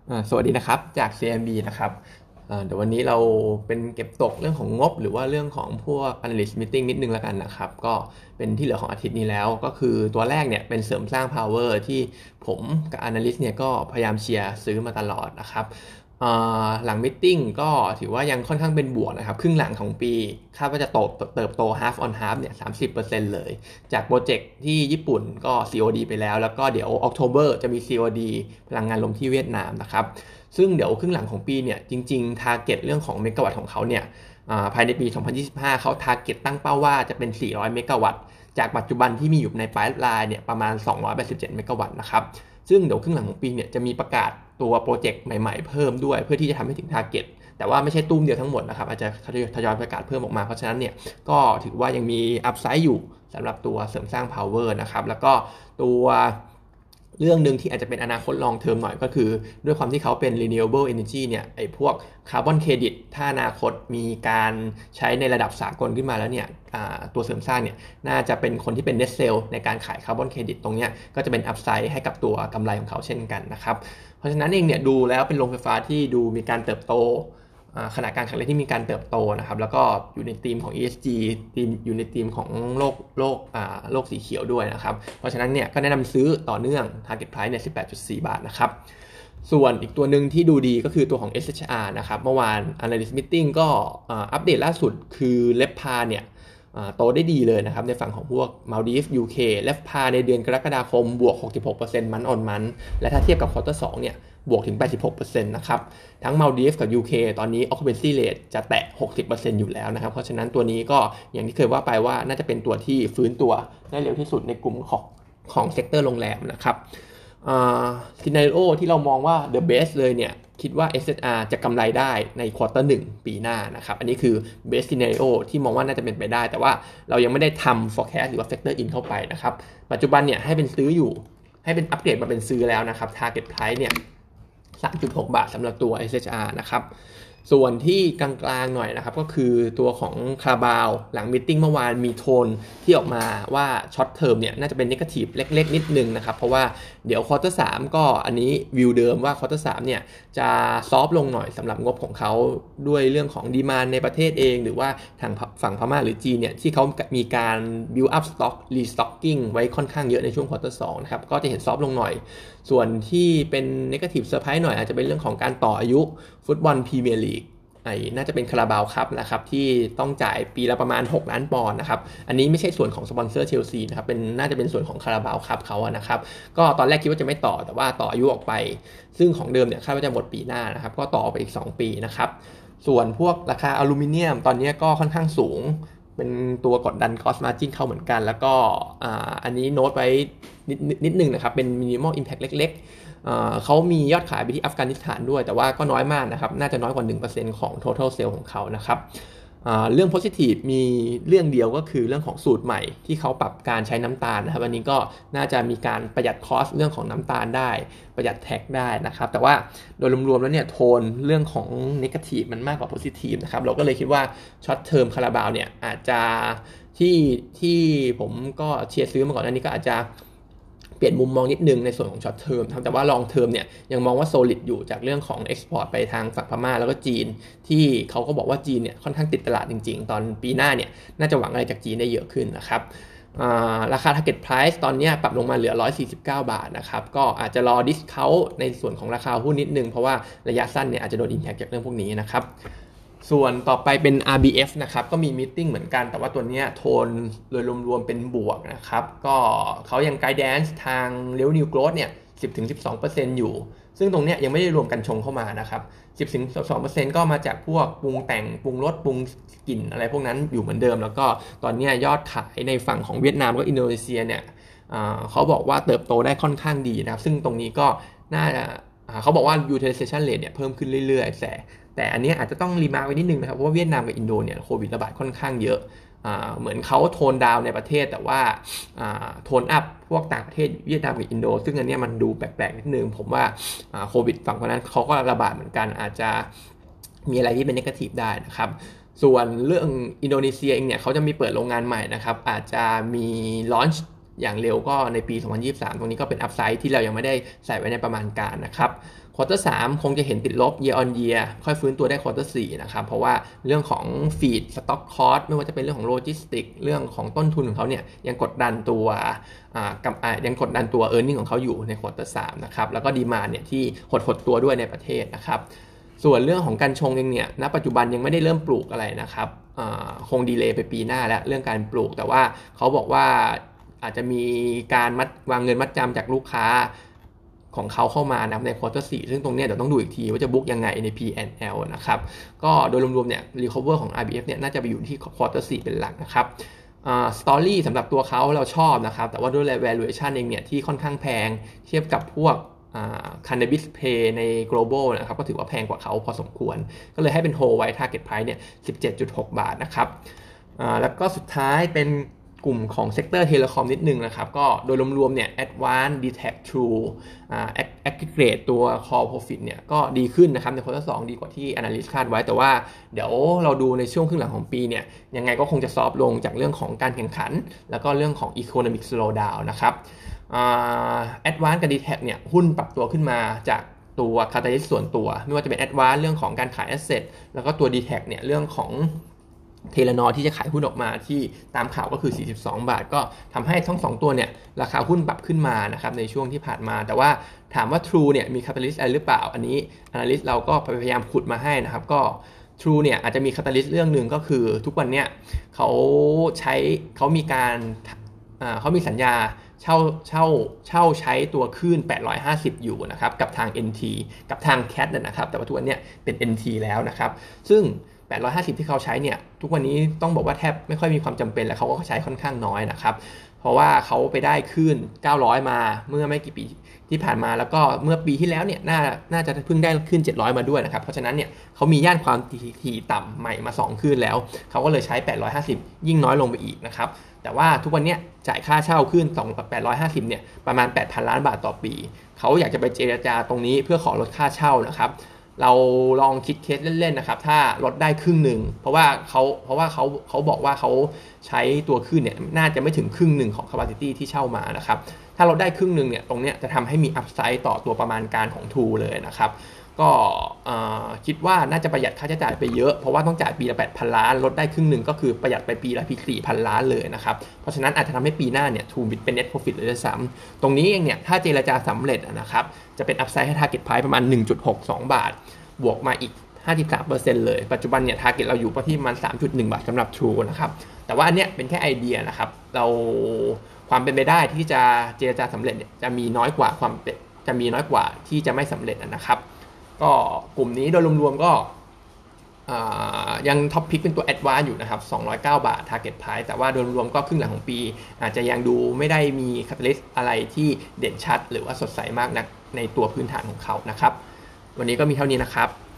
สวัสดีนะครับจาก CMB นะครับเดี๋ยววันนี้เราเป็นเก็บตกเรื่องของงบหรือว่าเรื่องของพวก analyst meeting นิดนึงแล้วกันนะครับก็เป็นที่เหลือของอาทิตย์นี้แล้วก็คือตัวแรกเนี่ยเป็นเสริมสร้าง power ที่ผมกับ analyst เนี่ยก็พยายามเชียร์ซื้อมาตลอดนะครับหลังมิทติ้งก็ถือว่ายังค่อนข้างเป็นบวกนะครับครึ่งหลังของปีคาดว่าจะเติบโต half on half เนี่ย 30% เลยจากโปรเจกต์ที่ญี่ปุ่นก็ COD ไปแล้วก็เดี๋ยว October จะมี COD พลังงานลมที่เวียดนามนะครับซึ่งเดี๋ยวครึ่งหลังของปีเนี่ยจริงๆ target เรื่องของเมกะวัตต์ของเขาเนี่ยภายในปี 2025 เขา target ตั้งเป้าว่าจะเป็น 400 เมกะวัตต์จากปัจจุบันที่มีอยู่ใน pipeline เนี่ยประมาณ 287 เมกะวัตต์นะครับซึ่งเดี๋ยวครึ่งหลังของปีเนี่ยจะมีประกาศตัวโปรเจกต์ใหม่ๆเพิ่มด้วยเพื่อที่จะทำให้ถึง target แต่ว่าไม่ใช่ตุ้มเดียวทั้งหมดนะครับอาจจะทยอยประกาศเพิ่มออกมาเพราะฉะนั้นเนี่ยก็ถือว่ายังมี upside อยู่สำหรับตัวเสริมสร้าง power นะครับแล้วก็ตัวเรื่องหนึ่งที่อาจจะเป็นอนาคต long term หน่อยก็คือด้วยความที่เขาเป็น renewable energy เนี่ยไอ้พวกคาร์บอนเครดิตถ้าอนาคตมีการใช้ในระดับสากลขึ้นมาแล้วเนี่ยตัวเสริมสร้างเนี่ยน่าจะเป็นคนที่เป็น net sale ในการขายคาร์บอนเครดิตตรงนี้ก็จะเป็น upside ให้กับตัวกำไรของเขาเช่นกันนะครับเพราะฉะนั้นเองเนี่ยดูแล้วเป็นโรงไฟฟ้าที่ดูมีการเติบโตขนาดการแข่งขันที่มีการเติบโตนะครับแล้วก็อยู่ในธีมของ ESG ธีมอยู่ในธีมของโลกสีเขียวด้วยนะครับเพราะฉะนั้นเนี่ยก็แนะนำซื้อต่อเนื่อง target price เนี่ย 18.4 บาทนะครับส่วนอีกตัวหนึ่งที่ดูดีก็คือตัวของ SHR นะครับเมื่อวาน analyst meeting ก็อัปเดตล่าสุดคือเลฟพาเนี่ยโตได้ดีเลยนะครับในฝั่งของพวก Maldives UK เลฟพาในเดือนกรกฎาคมบวก 66% month on month และถ้าเทียบกับควอเตอร์2เนี่ยบวกถึง 86% นะครับทั้ง Maldives กับ UK ตอนนี้ occupancy rate จะแตะ 60% อยู่แล้วนะครับเพราะฉะนั้นตัวนี้ก็อย่างที่เคยว่าไปว่าน่าจะเป็นตัวที่ฟื้นตัวได้เร็วที่สุดในกลุ่มของเซกเตอร์โรงแรมนะครับซีนาริโอที่เรามองว่า the best เลยเนี่ยคิดว่า SSR จะกำไรได้ในควอเตอร์1ปีหน้านะครับอันนี้คือ best scenario ที่มองว่าน่าจะเป็นไปได้แต่ว่าเรายังไม่ได้ทำ forecast หรือว่า factor in เข้าไปนะครับปัจจุบันเนี่ยให้เป็นซื้ออยู่ให้เป็นอัปเกรดมาเป็นซื้อแล้วนะครับ target price เนี่ย 3.6 บาทสำหรับตัว SHR นะครับส่วนที่กลางๆหน่อยนะครับก็คือตัวของคาราบาวหลังมิทติ้งเมื่อวานมีโทนที่ออกมาว่าช็อตเทอมเนี่ยน่าจะเป็นเนกาทีฟเล็กๆนิดนึงนะครับเพราะว่าเดี๋ยวควอเตอร์3ก็อันนี้วิวเดิมว่าควอเตอร์3เนี่ยจะซอฟลงหน่อยสำหรับงบของเขาด้วยเรื่องของดีมานด์ในประเทศเองหรือว่าทางฝั่งพม่าหรือจีนเนี่ยที่เขามีการ build up stock restocking ไว้ค่อนข้างเยอะในช่วงควอเตอร์2นะครับก็จะเห็นซอฟลงหน่อยส่วนที่เป็นเนกาทีฟเซอร์ไพรส์หน่อยอาจจะเป็นเรื่องของการต่ออายุฟุตบอลพรีเมียร์ลีกน่าจะเป็นคาราบาวครับนะครับที่ต้องจ่ายปีละประมาณ6ล้านปอนด์นะครับอันนี้ไม่ใช่ส่วนของสปอนเซอร์เชลซีนะครับน่าจะเป็นส่วนของคาราบาวครับเขานะครับก็ตอนแรกคิดว่าจะไม่ต่อแต่ว่าต่ออายุออกไปซึ่งของเดิมเนี่ยคาดว่าจะหมดปีหน้านะครับก็ต่อไปอีก2ปีนะครับส่วนพวกราคาอลูมิเนียมตอนนี้ก็ค่อนข้างสูงเป็นตัวกดดัน cost margin เข้าเหมือนกันแล้วก็อันนี้โน้ตไว้นิดนึงนะครับเป็น minimal impact เล็กๆเขามียอดขายไปที่อัฟกานิสถานด้วยแต่ว่าก็น้อยมากนะครับน่าจะน้อยกว่า 1% ของ total sale ของเขานะครับเรื่อง positive มีเรื่องเดียวก็คือเรื่องของสูตรใหม่ที่เขาปรับการใช้น้ำตาลนะครับอันนี้ก็น่าจะมีการประหยัดคอสเรื่องของน้ำตาลได้ประหยัดแท็กได้นะครับแต่ว่าโดยรวมๆแล้วเนี่ยโทนเรื่องของ negative มันมากกว่า positive นะครับเราก็เลยคิดว่า short term คาราบาวเนี่ยอาจจะที่ผมก็เชียร์ซื้อมาก่อนอันนี้ก็อาจจะเปลี่ยนมุมมองนิดนึงในส่วนของช็อตเทอมแต่ว่าลองเทอมเนี่ยยังมองว่าโซลิดอยู่จากเรื่องของเอ็กซ์พอร์ตไปทางฝั่งพม่าแล้วก็จีนที่เขาก็บอกว่าจีนเนี่ยค่อนข้างติดตลาดจริงๆตอนปีหน้าเนี่ยน่าจะหวังอะไรจากจีนได้เยอะขึ้นนะครับราคา target price ตอนนี้ปรับลงมาเหลือ149 บาทนะครับก็อาจจะรอ discount ในส่วนของราคาหุ้นนิดนึงเพราะว่าระยะสั้นเนี่ยอาจจะโดน impact จากเรื่องพวกนี้นะครับส่วนต่อไปเป็น RBF นะครับก็มีมีตติ้งเหมือนกันแต่ว่าตัวนี้โทนโดยรวมๆเป็นบวกนะครับก็เขายัง guidance ทาง revenue growth เนี่ย 10-12% อยู่ซึ่งตรงนี้ยังไม่ได้รวมกันชงเข้ามานะครับ 10-12% ก็มาจากพวกปรุงแต่งปรุงรสปรุงกลิ่นอะไรพวกนั้นอยู่เหมือนเดิมแล้วก็ตอนนี้ยอดขายในฝั่งของเวียดนามก็อินโดนีเซียเนี่ยเขาบอกว่าเติบโตได้ค่อนข้างดีนะครับซึ่งตรงนี้ก็น่าเขาบอกว่า utilization rate เนี่ยเพิ่มขึ้นเรื่อยๆแต่อันนี้อาจจะต้องรีมาร์คไว้นิดนึงนะครับเพราะว่าเวียดนามกับอินโดเนี่ยโควิดระบาดค่อนข้างเยอะเหมือนเขาโทนดาวในประเทศแต่ว่าโทนอัพพวกต่างประเทศเวียดนามกับอินโดซึ่งอันนี้มันดูแปลกๆนิดนึงผมว่าโควิดฝั่งคนนั้นเขาก็ระบาดเหมือนกันอาจจะมีอะไรที่เป็นเนกาทีฟได้นะครับส่วนเรื่องอินโดนีเซียเองเนี่ยเขาจะมีเปิดโรงงานใหม่นะครับอาจจะมีลอนช์อย่างเร็วก็ในปี 2023 ตรงนี้ก็เป็นอัพไซด์ที่เรายังไม่ได้ใส่ไว้ในประมาณการนะครับคควอเตอร์3คงจะเห็นติดลบ year on year ค่อยฟื้นตัวได้ควอเตอร์4นะครับเพราะว่าเรื่องของ feed stock cost ไม่ว่าจะเป็นเรื่องของโลจิสติกเรื่องของต้นทุนของเขาเนี่ยยังกดดันตัวยังกดดันตัว earning ของเขาอยู่ในควอเตอร์3นะครับแล้วก็ดีมานด์เนี่ยที่หดตัวด้วยในประเทศนะครับส่วนเรื่องของกัญชงเองเนี่ยณปัจจุบันยังไม่ได้เริ่มปลูกอะไรนะครับคงดีเลย์ไปปีหน้าแล้วเรื่องการปลูกแต่ว่าเขาบอกว่าอาจจะมีการวางเงินมัดจำจากลูกค้าของเขาเข้ามานะในควอเตอร์4ซึ่งตรงนี้เดี๋ยวต้องดูอีกทีว่าจะบุ๊กยังไงใน P&L นะครับก็โดยรวมๆเนี่ย recover ของ RBF เนี่ยน่าจะไปอยู่ที่ควอเตอร์4เป็นหลักนะครับสตอรี่สำหรับตัวเขาเราชอบนะครับแต่ว่าด้วย valuation เองเนี่ยที่ค่อนข้างแพงเทียบกับพวกcannabis play ใน global นะครับก็ถือว่าแพงกว่าเขาพอสมควรก็เลยให้เป็น hold ไว้ target price เนี่ย 17.6 บาทนะครับแล้วก็สุดท้ายเป็นกลุ่มของเซกเตอร์เทเลคอมนิดนึงนะครับก็โดยรวมๆเนี่ย Advanced DTAC True Aggregate ตัว Core Profit เนี่ยก็ดีขึ้นนะครับในควอเตอร์2ดีกว่าที่ Analyst คาดไว้แต่ว่าเดี๋ยวเราดูในช่วงครึ่งหลังของปีเนี่ยยังไงก็คงจะซอฟต์ลงจากเรื่องของการแข่งขันแล้วก็เรื่องของ Economic Slowdown นะครับAdvanced กับ DTAC เนี่ยหุ้นปรับตัวขึ้นมาจากตัว Catalyst ส่วนตัวไม่ว่าจะเป็น Advanced เรื่องของการขาย Asset แล้วก็ตัว DTAC เนี่ยเรื่องของเทเลนอที่จะขายหุ้นออกมาที่ตามข่าวก็คือ42บาทก็ทำให้ทั้ง2ตัวเนี่ยราคาหุ้นปรับขึ้นมานะครับในช่วงที่ผ่านมาแต่ว่าถามว่า True เนี่ยมี Catalyst อะไรหรือเปล่าอันนี้ Analyst เราก็พยายามขุดมาให้นะครับก็ True เนี่ยอาจจะมี Catalyst เรื่องหนึ่งก็คือทุกวันเนี่ยเขามีสัญญาเช่าใช้ตัวคลื่น850อยู่นะครับกับทาง NT กับทาง CAT นะครับแต่ว่าทุกวันเนี่ยเป็น NT แล้วนะครับซึ่ง850ที่เขาใช้เนี่ยทุกวันนี้ต้องบอกว่าแทบไม่ค่อยมีความจำเป็นแล้วเขาก็ใช้ค่อนข้างน้อยนะครับเพราะว่าเขาไปได้คลื่น900มาเมื่อไม่กี่ปีที่ผ่านมาแล้วก็เมื่อปีที่แล้วเนี่ยน่าจะเพิ่งได้คลื่น700มาด้วยนะครับเพราะฉะนั้นเนี่ยเขามีย่านความถี่ต่ำใหม่มา2คลื่นแล้วเขาก็เลยใช้850ยิ่งน้อยลงไปอีกนะครับแต่ว่าทุกวันนี้จ่ายค่าเช่าคลื่น850เนี่ยประมาณ 8,000 ล้านบาทต่อปีเขาอยากจะไปเจรจาตรงนี้เพื่อขอลดค่าเช่านะครับเราลองคิดเคสเล่นๆนะครับถ้าลดได้ครึ่งหนึ่งเพราะว่าเขาบอกว่าเขาใช้ตัวคลื่นเนี่ยน่าจะไม่ถึงครึ่งหนึ่งของ capacity ที่เช่ามานะครับถ้าลดได้ครึ่งหนึ่งเนี่ยตรงเนี้ยจะทำให้มี upside ต่อตัวประมาณการของ True เลยนะครับก็คิดว่าน่าจะประหยัดค่าใช้จ่ายไปเยอะเพราะว่าต้องจ่ายปีละ 8,000 ล้านลดได้ครึ่งหนึ่งก็คือประหยัดไปปีละ 4,000 ล้านเลยนะครับเพราะฉะนั้นอาจจะทำให้ปีหน้าเนี่ย True เป็น net profit เลยด้วยซ้ำตรงนี้เองเนี่ยถ้าเจรจาสำเร็จนะครับจะเป็น upside ให้ target price ประมาณ 1.62 บาทบวกมาอีก 53% เลยปัจจุบันเนี่ย target เราอยู่ที่ประมาณ 3.1 บาทสำหรับ True นะครับแต่ว่าอันเนี้ยเป็นแค่ไอเดียนะครับความเป็นไปได้ที่จะเจรจาสำเร็จเนี่ยจะมีน้อยกว่าที่จะไม่สำเร็จนะครับก็กลุ่มนี้โดยรวมๆก็ยังท็อปพิกเป็นตัว Advance อยู่นะครับ209 บาท Target Price แต่ว่าโดยรวมก็ครึ่งหลังของปีอาจจะยังดูไม่ได้มี Catalyst อะไรที่เด่นชัดหรือว่าสดใสมากนักในตัวพื้นฐานของเขานะครับวันนี้ก็มีเท่านี้นะครับ